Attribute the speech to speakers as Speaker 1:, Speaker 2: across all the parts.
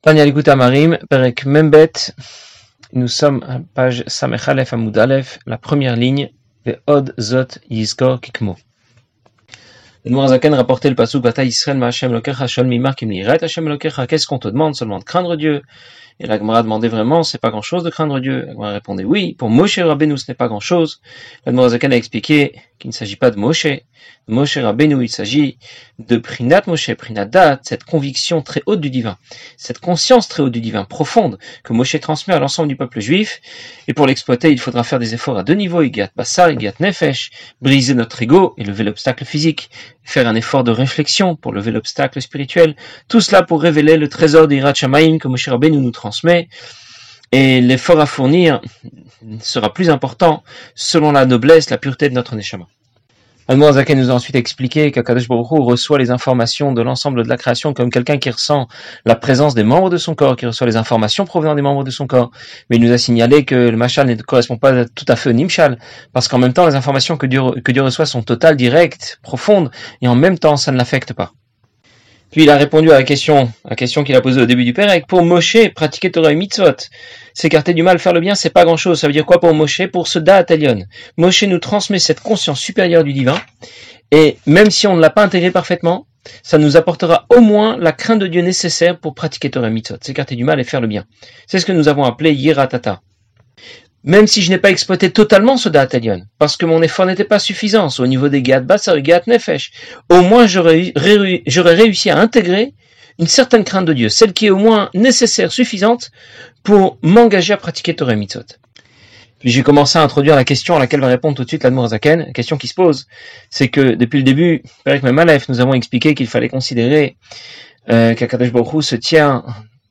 Speaker 1: Tanya Likutei Amarim, Perek Membet, nous sommes à page Samech Aleph Amoud Aleph, la première ligne, Ve'od Zot Yizkor Kikmo. Le Mourazaken rapportait le pasuk Bata Yisrael Ma Hashem Elokecha Shol Mimar Kim Lirat Hashem Elokecha. Qu'est-ce qu'on te demande? Seulement de craindre Dieu. Et la Gemara demandait vraiment, c'est pas grand chose de craindre Dieu. La Gemara répondait oui. Pour Moshe Rabbeinu, ce n'est pas grand chose. Le Mourazaken a expliqué qu'il ne s'agit pas de Moshe. Moshe Rabbeinu, il s'agit de Prinat Moshe, Prinat Dat, cette conviction très haute du divin, cette conscience très haute du divin, profonde, que Moshe transmet à l'ensemble du peuple juif. Et pour l'exploiter, il faudra faire des efforts à deux niveaux, Igat Bassar, Igat Nefesh, briser notre ego et lever l'obstacle physique, faire un effort de réflexion pour lever l'obstacle spirituel, tout cela pour révéler le trésor d'Irat Shamayim que Moshe Rabbeinu nous transmet. Et l'effort à fournir sera plus important selon la noblesse, la pureté de notre Neshama. Al-Mourazaken nous a ensuite expliqué qu'Akadosh Baruch Hu reçoit les informations de l'ensemble de la création comme quelqu'un qui ressent la présence des membres de son corps, qui reçoit les informations provenant des membres de son corps. Mais il nous a signalé que le mashal ne correspond pas tout à fait au nimshal, parce qu'en même temps, les informations que Dieu reçoit sont totales, directes, profondes, et en même temps, ça ne l'affecte pas. Puis il a répondu à la question qu'il a posée au début du Pérec. Pour Moshe, pratiquer Torah et Mitzvot, s'écarter du mal, faire le bien, c'est pas grand chose. Ça veut dire quoi pour Moshe? Pour ce Da'at Elyon. Moshe nous transmet cette conscience supérieure du divin, et même si on ne l'a pas intégré parfaitement, ça nous apportera au moins la crainte de Dieu nécessaire pour pratiquer Torah et Mitzvot, s'écarter du mal et faire le bien. C'est ce que nous avons appelé Yiratata. Même si je n'ai pas exploité totalement ce Da'at Elyon, parce que mon effort n'était pas suffisant, au niveau des Gat Bassar et Gat Nefesh, au moins j'aurais réussi à intégrer une certaine crainte de Dieu, celle qui est au moins nécessaire, suffisante, pour m'engager à pratiquer Torah et Mitzvot. Puis j'ai commencé à introduire la question à laquelle va répondre tout de suite l'Admorazaken. La question qui se pose, c'est que depuis le début, Perek Mem Aleph, nous avons expliqué qu'il fallait considérer qu'Akadosh Baruch Hu se tient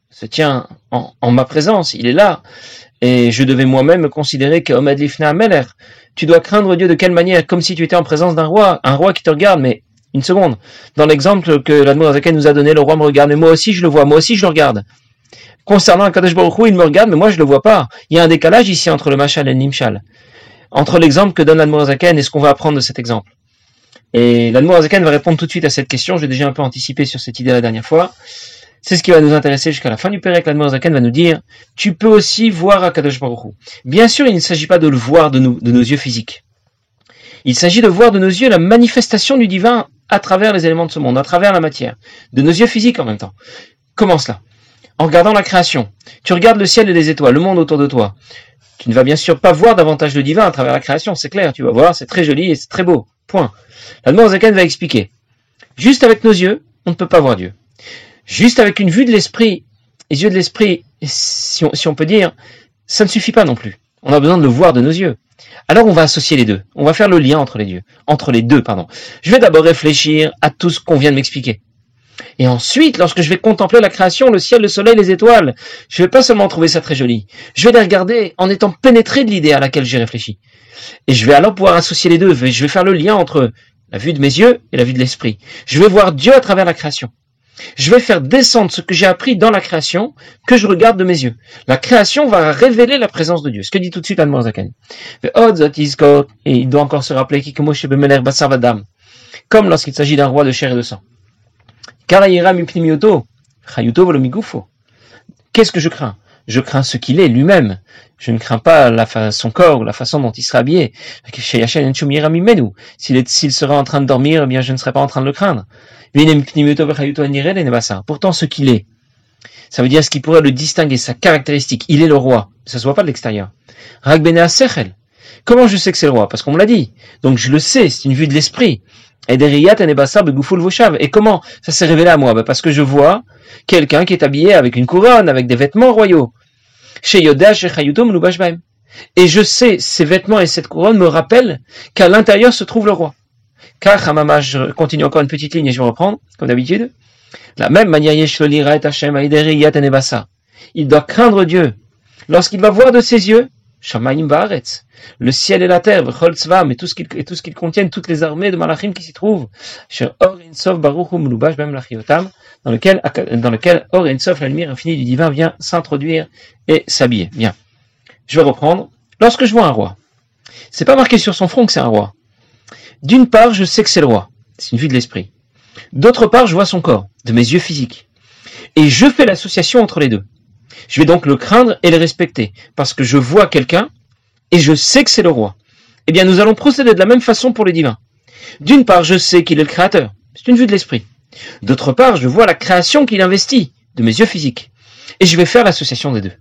Speaker 1: en ma présence, il est là. Et je devais moi-même me considérer qu'Omed Lifnei HaMelech. Tu dois craindre Dieu de quelle manière? Comme si tu étais en présence d'un roi qui te regarde. Mais une seconde, dans l'exemple que l'Admorazaken nous a donné, le roi me regarde, mais moi aussi je le vois, moi aussi je le regarde. Concernant Akadosh Baruch Hu, il me regarde, mais moi je le vois pas. Il y a un décalage ici entre le mashal et le nimshal, entre l'exemple que donne l'Admorazaken et ce qu'on va apprendre de cet exemple. Et l'Admorazaken va répondre tout de suite à cette question. Je l'ai déjà un peu anticipé sur cette idée la dernière fois. C'est ce qui va nous intéresser jusqu'à la fin du Pérec. L'Admorazaken va nous dire, tu peux aussi voir Akadosh Baruch Hu. Bien sûr, il ne s'agit pas de le voir de nos yeux physiques. Il s'agit de voir de nos yeux la manifestation du divin à travers les éléments de ce monde, à travers la matière. De nos yeux physiques en même temps. Comment cela? En regardant la création. Tu regardes le ciel et les étoiles, le monde autour de toi. Tu ne vas bien sûr pas voir davantage le divin à travers la création, c'est clair. Tu vas voir, c'est très joli et c'est très beau. Point. L'Admorazaken va expliquer. Juste avec nos yeux, on ne peut pas voir Dieu. Juste avec une vue de l'esprit, les yeux de l'esprit, si on peut dire, ça ne suffit pas non plus. On a besoin de le voir de nos yeux. Alors on va associer les deux. On va faire le lien entre les deux. Je vais d'abord réfléchir à tout ce qu'on vient de m'expliquer. Et ensuite, lorsque je vais contempler la création, le ciel, le soleil, les étoiles, je ne vais pas seulement trouver ça très joli. Je vais les regarder en étant pénétré de l'idée à laquelle j'ai réfléchi. Et je vais alors pouvoir associer les deux. Je vais faire le lien entre la vue de mes yeux et la vue de l'esprit. Je vais voir Dieu à travers la création. Je vais faire descendre ce que j'ai appris dans la création, que je regarde de mes yeux. La création va révéler la présence de Dieu. Ce que dit tout de suite Admorazaken. Et il doit encore se rappeler comme lorsqu'il s'agit d'un roi de chair et de sang. Qu'est-ce que je crains? Je crains ce qu'il est lui-même. Je ne crains pas son corps ou la façon dont il sera habillé. S'il sera en train de dormir, eh bien, je ne serai pas en train de le craindre. Pourtant, ce qu'il est, ça veut dire ce qui pourrait le distinguer, sa caractéristique. Il est le roi. Ça se voit pas de l'extérieur. Comment je sais que c'est le roi? Parce qu'on me l'a dit. Donc je le sais, c'est une vue de l'esprit. Et comment ça s'est révélé à moi? Parce que je vois quelqu'un qui est habillé avec une couronne, avec des vêtements royaux. Et je sais, ces vêtements et cette couronne me rappellent qu'à l'intérieur se trouve le roi. Car, je continue encore une petite ligne et je vais reprendre, comme d'habitude. De la même manière, il doit craindre Dieu. Lorsqu'il va voir de ses yeux, le ciel et la terre, et tout ce qu'ils contiennent, toutes les armées de Malachim qui s'y trouvent, dans lequel Or et Sof, la lumière infinie du divin, vient s'introduire et s'habiller. Bien. Je vais reprendre. Lorsque je vois un roi, c'est pas marqué sur son front que c'est un roi. D'une part, je sais que c'est le roi. C'est une vue de l'esprit. D'autre part, je vois son corps, de mes yeux physiques. Et je fais l'association entre les deux. Je vais donc le craindre et le respecter, parce que je vois quelqu'un et je sais que c'est le roi. Eh bien, nous allons procéder de la même façon pour les divins. D'une part, je sais qu'il est le créateur. C'est une vue de l'esprit. D'autre part, je vois la création qu'il investit de mes yeux physiques. Et je vais faire l'association des deux.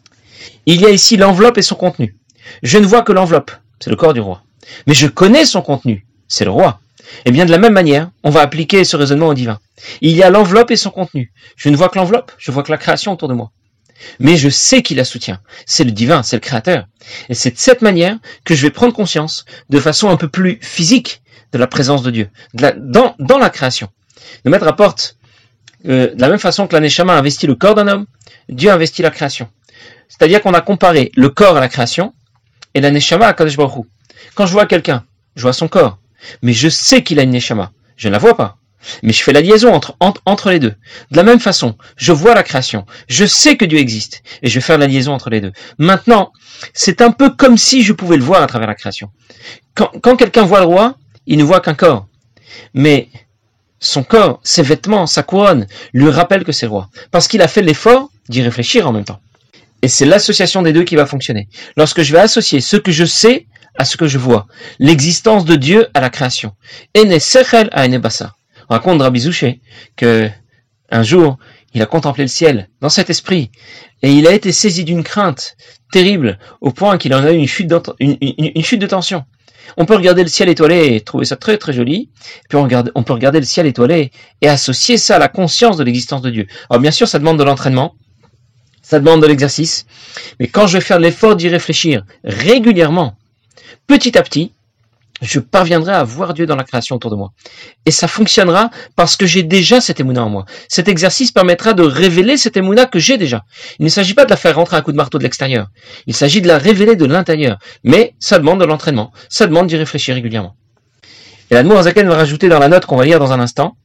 Speaker 1: Il y a ici l'enveloppe et son contenu. Je ne vois que l'enveloppe, c'est le corps du roi. Mais je connais son contenu, c'est le roi. Et bien de la même manière, on va appliquer ce raisonnement au divin. Il y a l'enveloppe et son contenu. Je ne vois que l'enveloppe, je vois que la création autour de moi. Mais je sais qui la soutient. C'est le divin, c'est le créateur. Et c'est de cette manière que je vais prendre conscience, de façon un peu plus physique, de la présence de Dieu, dans la création. Le maître rapporte, de la même façon que la Neshama investit le corps d'un homme, Dieu investit la création. C'est-à-dire qu'on a comparé le corps à la création et la Neshama à Kadosh Baruch Hu. Quand je vois quelqu'un, je vois son corps, mais je sais qu'il a une Neshama. Je ne la vois pas, mais je fais la liaison entre les deux. De la même façon, je vois la création, je sais que Dieu existe, et je vais faire la liaison entre les deux. Maintenant, c'est un peu comme si je pouvais le voir à travers la création. Quand quelqu'un voit le roi, il ne voit qu'un corps. Mais son corps, ses vêtements, sa couronne, lui rappellent que c'est le roi. Parce qu'il a fait l'effort d'y réfléchir en même temps. Et c'est l'association des deux qui va fonctionner. Lorsque je vais associer ce que je sais à ce que je vois, l'existence de Dieu à la création. Ene sechel a ene basar. On raconte Rabbi Zouché que un jour, il a contemplé le ciel dans cet esprit et il a été saisi d'une crainte terrible au point qu'il en a eu une chute de tension. On peut regarder le ciel étoilé et trouver ça très très joli, puis on peut regarder le ciel étoilé et associer ça à la conscience de l'existence de Dieu. Alors bien sûr, ça demande de l'entraînement, ça demande de l'exercice, mais quand je vais faire l'effort d'y réfléchir régulièrement, petit à petit, je parviendrai à voir Dieu dans la création autour de moi. Et ça fonctionnera parce que j'ai déjà cette émouna en moi. Cet exercice permettra de révéler cette émouna que j'ai déjà. Il ne s'agit pas de la faire rentrer à coup de marteau de l'extérieur. Il s'agit de la révéler de l'intérieur. Mais ça demande de l'entraînement. Ça demande d'y réfléchir régulièrement. Et l'Admour Zaken va rajouter dans la note qu'on va lire dans un instant.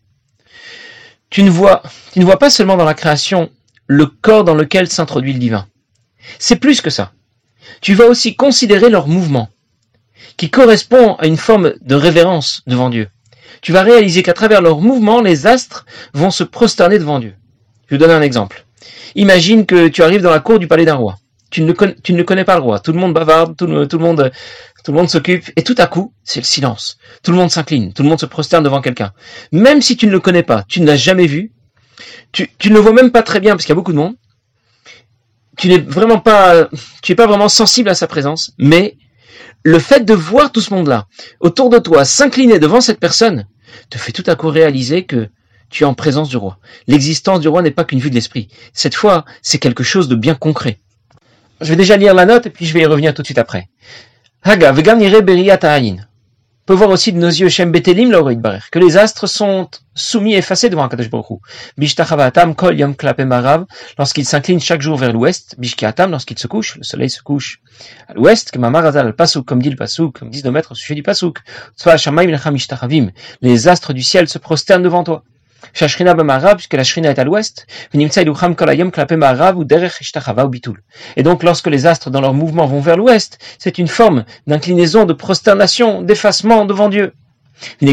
Speaker 1: Tu ne vois pas seulement dans la création le corps dans lequel s'introduit le divin. C'est plus que ça. Tu vas aussi considérer leur mouvement, qui correspond à une forme de révérence devant Dieu. Tu vas réaliser qu'à travers leur mouvement, les astres vont se prosterner devant Dieu. Je vous donne un exemple. Imagine que tu arrives dans la cour du palais d'un roi. Tu ne connais pas le roi. Tout le monde bavarde, tout le monde s'occupe, et tout à coup, c'est le silence. Tout le monde s'incline, tout le monde se prosterne devant quelqu'un. Même si tu ne le connais pas, tu ne l'as jamais vu, tu ne le vois même pas très bien parce qu'il y a beaucoup de monde, tu es pas vraiment sensible à sa présence, mais le fait de voir tout ce monde-là autour de toi s'incliner devant cette personne te fait tout à coup réaliser que tu es en présence du roi. L'existence du roi n'est pas qu'une vue de l'esprit. Cette fois, c'est quelque chose de bien concret. Je vais déjà lire la note et puis je vais y revenir tout de suite après. Haga, vegam nire beriyat ha'ayin. On peut voir aussi de nos yeux Shem Betelim l'Oroïd Barer, que les astres sont soumis et effacés devant Akadosh Baruch Hu. Bishtachavatam kol yom klape marav, lorsqu'ils s'inclinent chaque jour vers l'ouest. Bishkiatam, lorsqu'ils se couchent, le soleil se couche à l'ouest. Kemamarazal al pasuk, comme dit le pasuk, comme disent nos maîtres au sujet du pasuk. Tzva shamayim lecha mishtachavim. Les astres du ciel se prosternent devant toi. Shashrina b'marav, puisque la Shrina est à l'ouest. V'nimtsa ilucham kol hayom klape marav ou derech ishtachava ou bitul. Et donc, lorsque les astres dans leur mouvement vont vers l'ouest, c'est une forme d'inclinaison, de prosternation, d'effacement devant Dieu. Même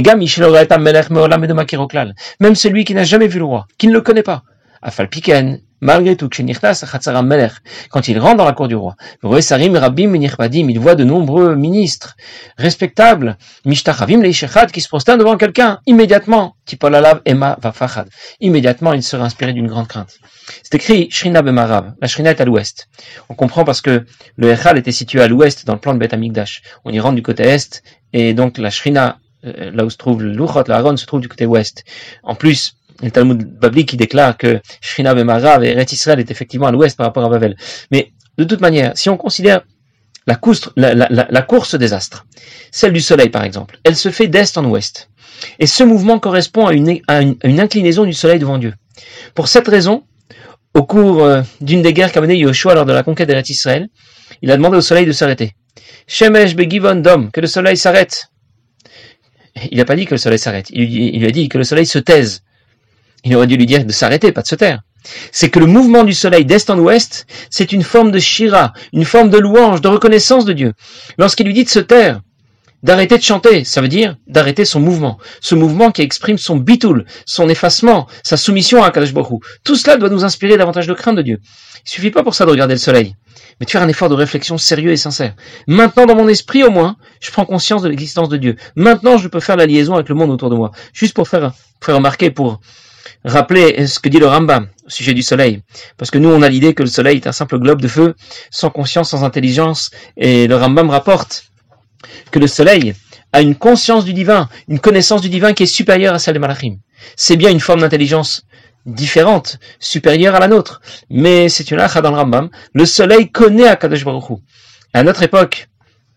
Speaker 1: celui qui n'a jamais vu le roi, qui ne le connaît pas, Afalpiken, malgré tout, quand il rentre dans la cour du roi, il voit de nombreux ministres respectables, qui se prosternent devant quelqu'un, immédiatement, immédiatement il sera inspiré d'une grande crainte. C'est écrit Shrina Bemarav, la Shrina est à l'ouest. On comprend parce que le Echal était situé à l'ouest dans le plan de Beth Amikdash. On y rentre du côté est, et donc la Shrina, là où se trouve le Luchot, l'Aaron, se trouve du côté ouest. En plus, le Talmud Babli qui déclare que Shrina Bemarav et Eretz Israël est effectivement à l'ouest par rapport à Babel. Mais de toute manière, si on considère la course des astres, celle du soleil par exemple, elle se fait d'est en ouest. Et ce mouvement correspond à une inclinaison du soleil devant Dieu. Pour cette raison, au cours d'une des guerres qu'a mené Yoshua lors de la conquête d'Eretz Israël, il a demandé au soleil de s'arrêter. Shemesh begivon dom, que le soleil s'arrête. Il n'a pas dit que le soleil s'arrête, il lui a dit que le soleil se taise. Il aurait dû lui dire de s'arrêter, pas de se taire. C'est que le mouvement du soleil d'est en ouest, c'est une forme de shira, une forme de louange, de reconnaissance de Dieu. Lorsqu'il lui dit de se taire, D'arrêter de chanter, ça veut dire d'arrêter son mouvement. Ce mouvement qui exprime son bitoul, son effacement, sa soumission à Kadosh Baruch Hu. Tout cela doit nous inspirer davantage de crainte de Dieu. Il suffit pas pour ça de regarder le soleil, mais de faire un effort de réflexion sérieux et sincère. Maintenant, dans mon esprit au moins, je prends conscience de l'existence de Dieu. Maintenant, je peux faire la liaison avec le monde autour de moi. Juste pour faire remarquer, pour rappeler ce que dit le Rambam au sujet du soleil. Parce que nous, on a l'idée que le soleil est un simple globe de feu, sans conscience, sans intelligence. Et le Rambam rapporte que le soleil a une conscience du divin, une connaissance du divin qui est supérieure à celle des malachim. C'est bien une forme d'intelligence différente, supérieure à la nôtre. Mais c'est une halakha dans le Rambam. Le soleil connaît Akadosh Baruch Hu. À notre époque,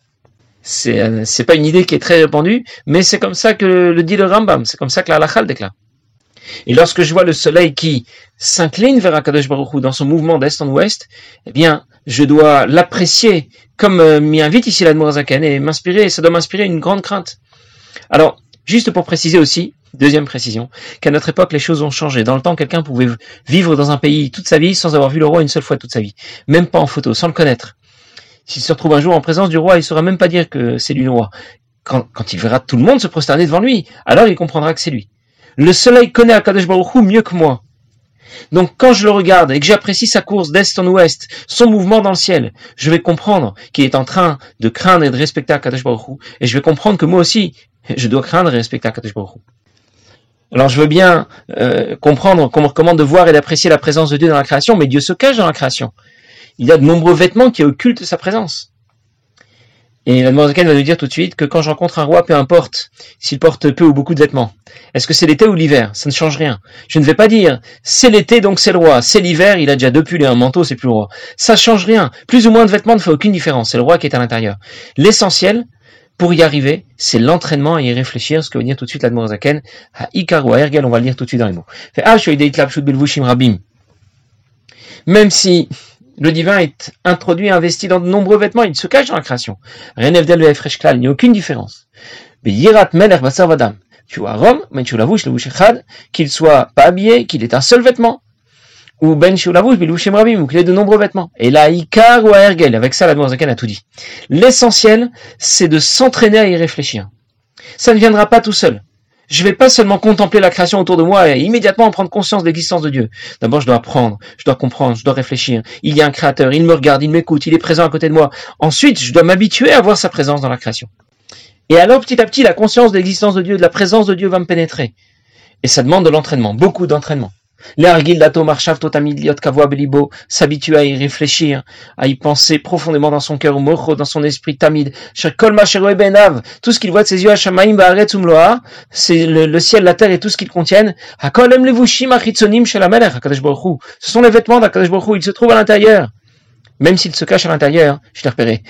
Speaker 1: c'est pas une idée qui est très répandue, mais c'est comme ça que le dit le Rambam. C'est comme ça que la halakha le déclare. Et lorsque je vois le soleil qui s'incline vers Akadosh Baruch Hu dans son mouvement d'est en ouest, eh bien, je dois l'apprécier comme m'y invite ici l'Admor Hazaken et m'inspirer, ça doit m'inspirer une grande crainte. Alors, juste pour préciser aussi, deuxième précision, qu'à notre époque, les choses ont changé. Dans le temps, quelqu'un pouvait vivre dans un pays toute sa vie sans avoir vu le roi une seule fois toute sa vie. Même pas en photo, sans le connaître. S'il se retrouve un jour en présence du roi, il ne saura même pas dire que c'est lui le roi. Quand il verra tout le monde se prosterner devant lui, alors il comprendra que c'est lui. Le soleil connaît Akadosh Baruch Hu mieux que moi. Donc quand je le regarde et que j'apprécie sa course d'est en ouest, son mouvement dans le ciel, je vais comprendre qu'il est en train de craindre et de respecter Akadosh Baruch Hu, et je vais comprendre que moi aussi, je dois craindre et respecter Akadosh Baruch Hu. Alors je veux bien comprendre qu'on me recommande de voir et d'apprécier la présence de Dieu dans la création, mais Dieu se cache dans la création. Il y a de nombreux vêtements qui occultent sa présence. Et l'Admor Hazaken va nous dire tout de suite que quand je rencontre un roi, peu importe s'il porte peu ou beaucoup de vêtements, est-ce que c'est l'été ou l'hiver? Ça ne change rien. Je ne vais pas dire c'est l'été donc c'est le roi, c'est l'hiver, il a déjà deux pulls et un manteau, c'est plus le roi. Ça ne change rien. Plus ou moins de vêtements ne fait aucune différence. C'est le roi qui est à l'intérieur. L'essentiel, pour y arriver, c'est l'entraînement et y réfléchir, ce que veut dire tout de suite l'Admor Hazaken, à Ikar ou à Ergel, on va le lire tout de suite dans les mots. Même si le divin est introduit, investi dans de nombreux vêtements, il se cache dans la création. Rien n'est d'elle il n'y a aucune différence. Tu vois, Rome, qu'il soit pas habillé, qu'il ait un seul vêtement, ou ben ou qu'il ait de nombreux vêtements. Et là, Ikar ou Ergel, avec ça, l'Admor Hazaken a tout dit. L'essentiel, c'est de s'entraîner à y réfléchir. Ça ne viendra pas tout seul. Je ne vais pas seulement contempler la création autour de moi et immédiatement en prendre conscience de l'existence de Dieu. D'abord, je dois apprendre, je dois comprendre, je dois réfléchir. Il y a un créateur, il me regarde, il m'écoute, il est présent à côté de moi. Ensuite, je dois m'habituer à voir sa présence dans la création. Et alors, petit à petit, la conscience de l'existence de Dieu, de la présence de Dieu va me pénétrer. Et ça demande de l'entraînement, beaucoup d'entraînement. S'habituer à y réfléchir, à y penser profondément dans son cœur, dans son esprit tamid. Tout ce qu'il voit de ses yeux, c'est le ciel, la terre et tout ce qu'ils contiennent. Ce sont les vêtements d'Akadosh Baruch Hu, ils se trouvent à l'intérieur. Même s'il se cache à l'intérieur, je l'ai repéré.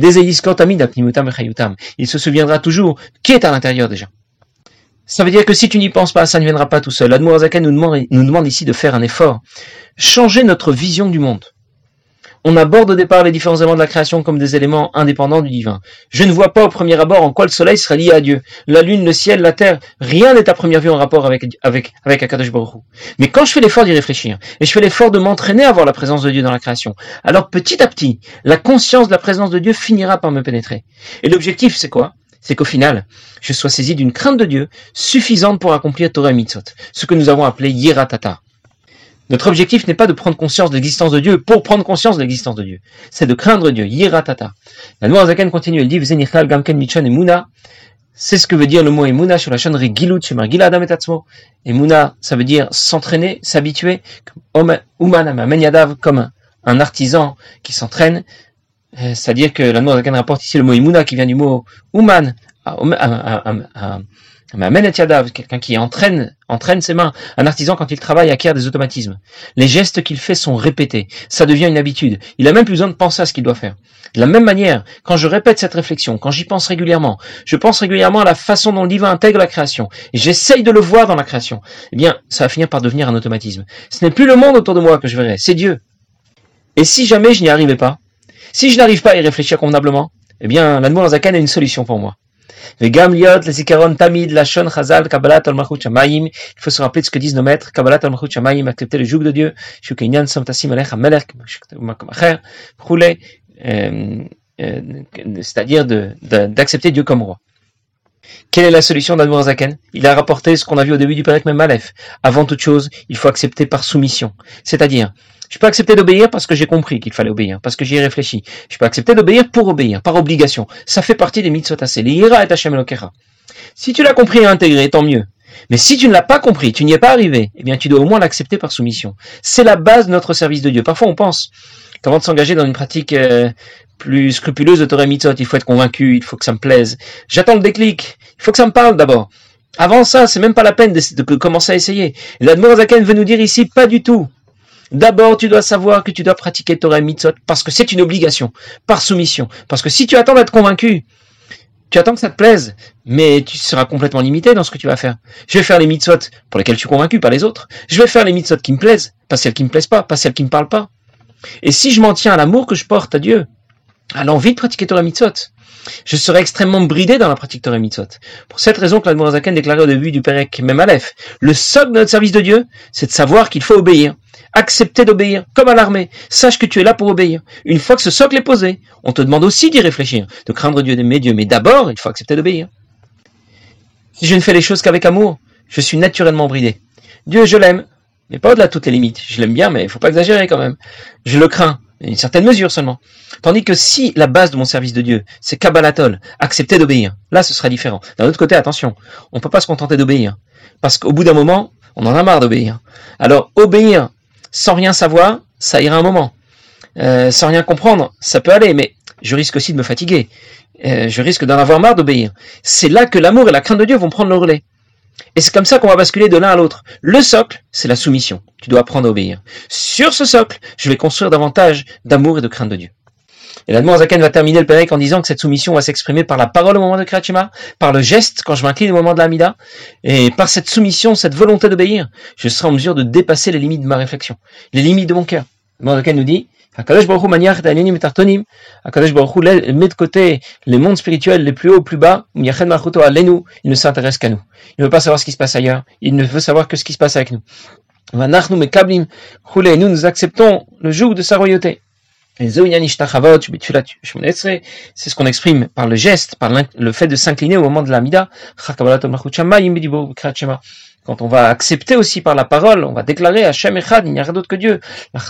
Speaker 1: Il se souviendra toujours qui est à l'intérieur déjà. Ça veut dire que si tu n'y penses pas, ça ne viendra pas tout seul. L'Admor Hazaken nous demande ici de faire un effort. Changer notre vision du monde. On aborde au départ les différents éléments de la création comme des éléments indépendants du divin. Je ne vois pas au premier abord en quoi le soleil serait lié à Dieu. La lune, le ciel, la terre, rien n'est à première vue en rapport avec Akadosh Baruch Hu. Mais quand je fais l'effort d'y réfléchir, et je fais l'effort de m'entraîner à voir la présence de Dieu dans la création, alors petit à petit, la conscience de la présence de Dieu finira par me pénétrer. Et l'objectif, c'est quoi? C'est qu'au final, je sois saisi d'une crainte de Dieu suffisante pour accomplir Torah et Mitzvot, ce que nous avons appelé Yirat Hata. Notre objectif n'est pas de prendre conscience de l'existence de Dieu pour prendre conscience de l'existence de Dieu. C'est de craindre Dieu, Yirat Hata. L'Admor Hazaken continue, elle dit, V'zenichal gamken michon emuna. C'est ce que veut dire le mot emuna sur la chaîne Regilut, Shemar Gila Adam et Tatzmo. Emuna, ça veut dire s'entraîner, s'habituer, comme un artisan qui s'entraîne. C'est-à-dire que l'Admor Hazaken rapporte ici le mot Imuna qui vient du mot Uman, quelqu'un qui entraîne ses mains. Un artisan, quand il travaille, acquiert des automatismes. Les gestes qu'il fait sont répétés. Ça devient une habitude. Il a même plus besoin de penser à ce qu'il doit faire. De la même manière, quand je répète cette réflexion, quand j'y pense régulièrement, je pense régulièrement à la façon dont le divin intègre la création. Et j'essaye de le voir dans la création. Eh bien, ça va finir par devenir un automatisme. Ce n'est plus le monde autour de moi que je verrai, c'est Dieu. Et si jamais je n'y arrivais pas, si je n'arrive pas à y réfléchir convenablement, eh bien, l'Admor Hazaken a une solution pour moi. Il faut se rappeler de ce que disent nos maîtres, Kabbalat al-Malchut Shamayim, accepter le joug de Dieu, c'est-à-dire d'accepter Dieu comme roi. Quelle est la solution d'Admour Zaken? Il a rapporté ce qu'on a vu au début du Pérec Mem Aleph. Avant toute chose, il faut accepter par soumission. C'est-à-dire, je peux accepter d'obéir parce que j'ai compris qu'il fallait obéir, parce que j'y ai réfléchi. Je peux accepter d'obéir pour obéir, par obligation. Ça fait partie des mitzvot assez. Les Yira et Hashem Elokecha. Si tu l'as compris et intégré, tant mieux. Mais si tu ne l'as pas compris, tu n'y es pas arrivé, eh bien tu dois au moins l'accepter par soumission. C'est la base de notre service de Dieu. Parfois on pense qu'avant de s'engager dans une pratique plus scrupuleuse de Torah Mitzvot, il faut être convaincu, il faut que ça me plaise. J'attends le déclic, il faut que ça me parle d'abord. Avant ça, c'est même pas la peine de commencer à essayer. Et l'Admour Zaken veut nous dire ici, pas du tout. D'abord, tu dois savoir que tu dois pratiquer Torah Mitzvot parce que c'est une obligation, par soumission. Parce que si tu attends d'être convaincu, tu attends que ça te plaise, mais tu seras complètement limité dans ce que tu vas faire. Je vais faire les mitzvot pour lesquels je suis convaincu, pas les autres. Je vais faire les mitzvot qui me plaisent, pas celles qui me plaisent pas celles qui me parlent pas. Et si je m'en tiens à l'amour que je porte à Dieu, à l'envie de pratiquer Torah Mitzvot, je serai extrêmement bridé dans la pratique Torah Mitzvot. Pour cette raison que l'Admour Zaken déclarait au début du Pérec Mem Aleph, le socle de notre service de Dieu, c'est de savoir qu'il faut obéir. Accepter d'obéir, comme à l'armée. Sache que tu es là pour obéir. Une fois que ce socle est posé, on te demande aussi d'y réfléchir, de craindre Dieu, d'aimer Dieu. Mais d'abord, il faut accepter d'obéir. Si je ne fais les choses qu'avec amour, je suis naturellement bridé. Dieu, je l'aime, mais pas au-delà de toutes les limites. Je l'aime bien, mais il ne faut pas exagérer quand même. Je le crains, à une certaine mesure seulement. Tandis que si la base de mon service de Dieu, c'est Kabbalatol, accepter d'obéir, là ce sera différent. D'un autre côté, attention, on ne peut pas se contenter d'obéir. Parce qu'au bout d'un moment, on en a marre d'obéir. Alors, obéir sans rien savoir, ça ira un moment. Sans rien comprendre, ça peut aller, mais je risque aussi de me fatiguer. Je risque d'en avoir marre d'obéir. C'est là que l'amour et la crainte de Dieu vont prendre le relais. Et c'est comme ça qu'on va basculer de l'un à l'autre. Le socle, c'est la soumission. Tu dois apprendre à obéir. Sur ce socle, je vais construire davantage d'amour et de crainte de Dieu. Et l'Admour Zaken va terminer le Pérec en disant que cette soumission va s'exprimer par la parole au moment de Kriyat Shema, par le geste quand je m'incline au moment de la Hamida, et par cette soumission, cette volonté d'obéir, je serai en mesure de dépasser les limites de ma réflexion, les limites de mon cœur. L'Admour Zaken nous dit, Akadosh Baruch Hu maniach d'anyonim et tartonim, Akadosh Baruch Hu met de côté les mondes spirituels les plus hauts, plus bas, Miached Malchuto alenu, il ne s'intéresse qu'à nous. Il ne veut pas savoir ce qui se passe ailleurs, il ne veut savoir que ce qui se passe avec nous. Vanachnu mekablim chule, nous acceptons le joug de sa royauté. C'est ce qu'on exprime par le geste, par le fait de s'incliner au moment de la Hamida. Quand on va accepter aussi par la parole, on va déclarer Hashem Echad, il n'y a rien d'autre que Dieu.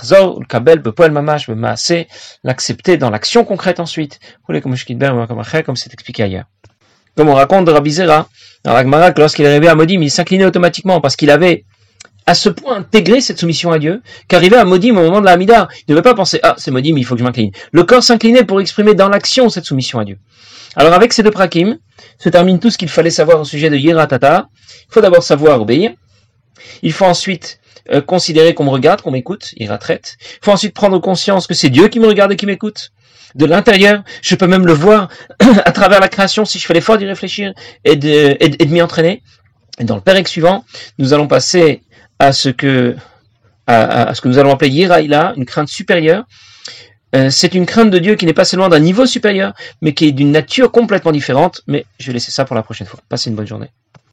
Speaker 1: L'accepter dans l'action concrète ensuite. Comme c'est expliqué ailleurs. Comme on raconte de Rabbi Zera, dans la Gemara, lorsqu'il est arrivé à Modim, il s'inclinait automatiquement parce qu'il avait à ce point intégrer cette soumission à Dieu, qu'arrivé à Modim au moment de la Hamida, il ne devait pas penser, c'est Modim, il faut que je m'incline. Le corps s'inclinait pour exprimer dans l'action cette soumission à Dieu. Alors avec ces deux prakim, se termine tout ce qu'il fallait savoir au sujet de Yira Tata. Il faut d'abord savoir obéir. Il faut ensuite considérer qu'on me regarde, qu'on m'écoute, Yira traite. Il faut ensuite prendre conscience que c'est Dieu qui me regarde et qui m'écoute. De l'intérieur, je peux même le voir à travers la création si je fais l'effort d'y réfléchir et de m'y entraîner. Et dans le Pérec suivant, nous allons passer à ce que nous allons appeler Yiraïla, une crainte supérieure. C'est une crainte de Dieu qui n'est pas seulement d'un niveau supérieur, mais qui est d'une nature complètement différente. Mais je vais laisser ça pour la prochaine fois. Passez une bonne journée.